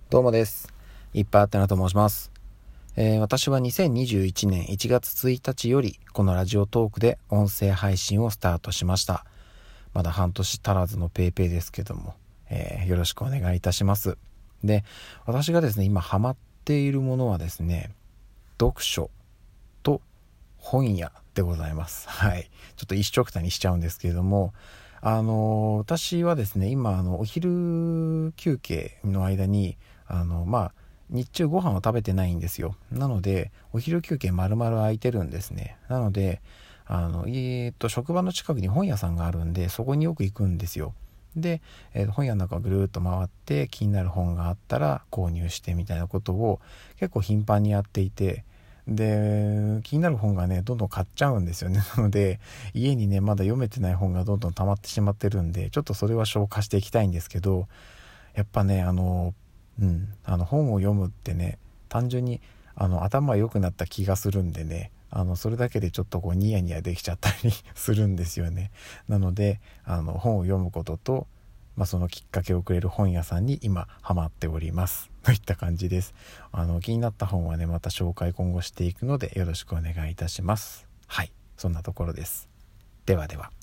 どうもです。いっぱいあってなと申します。私は2021年1月1日よりこのラジオトークで音声配信をスタートしました。まだ半年足らずのペイペイですけども、よろしくお願いいたします。で、私がですね、今ハマっているものはですね、読書と本屋でございます。はい。ちょっと一緒くたにしちゃうんですけれども、私はですね、今お昼休憩の間に日中ご飯を食べてないんですよ。なのでお昼休憩丸々空いてるんですね。なので職場の近くに本屋さんがあるんで、そこによく行くんですよ。で、本屋の中をぐるーっと回って気になる本があったら購入してみたいなことを結構頻繁にやっていて、で気になる本がねどんどん買っちゃうんですよね。なので家にねまだ読めてない本がどんどん溜まってしまってるんで、ちょっとそれは消化していきたいんですけど、やっぱね本を読むってね、単純に頭が良くなった気がするんでね、それだけでちょっとこうニヤニヤできちゃったりするんですよね。なので本を読むことと、そのきっかけをくれる本屋さんに今ハマっておりますといった感じです。気になった本はねまた紹介今後していくのでよろしくお願いいたします。はい、そんなところです。ではでは。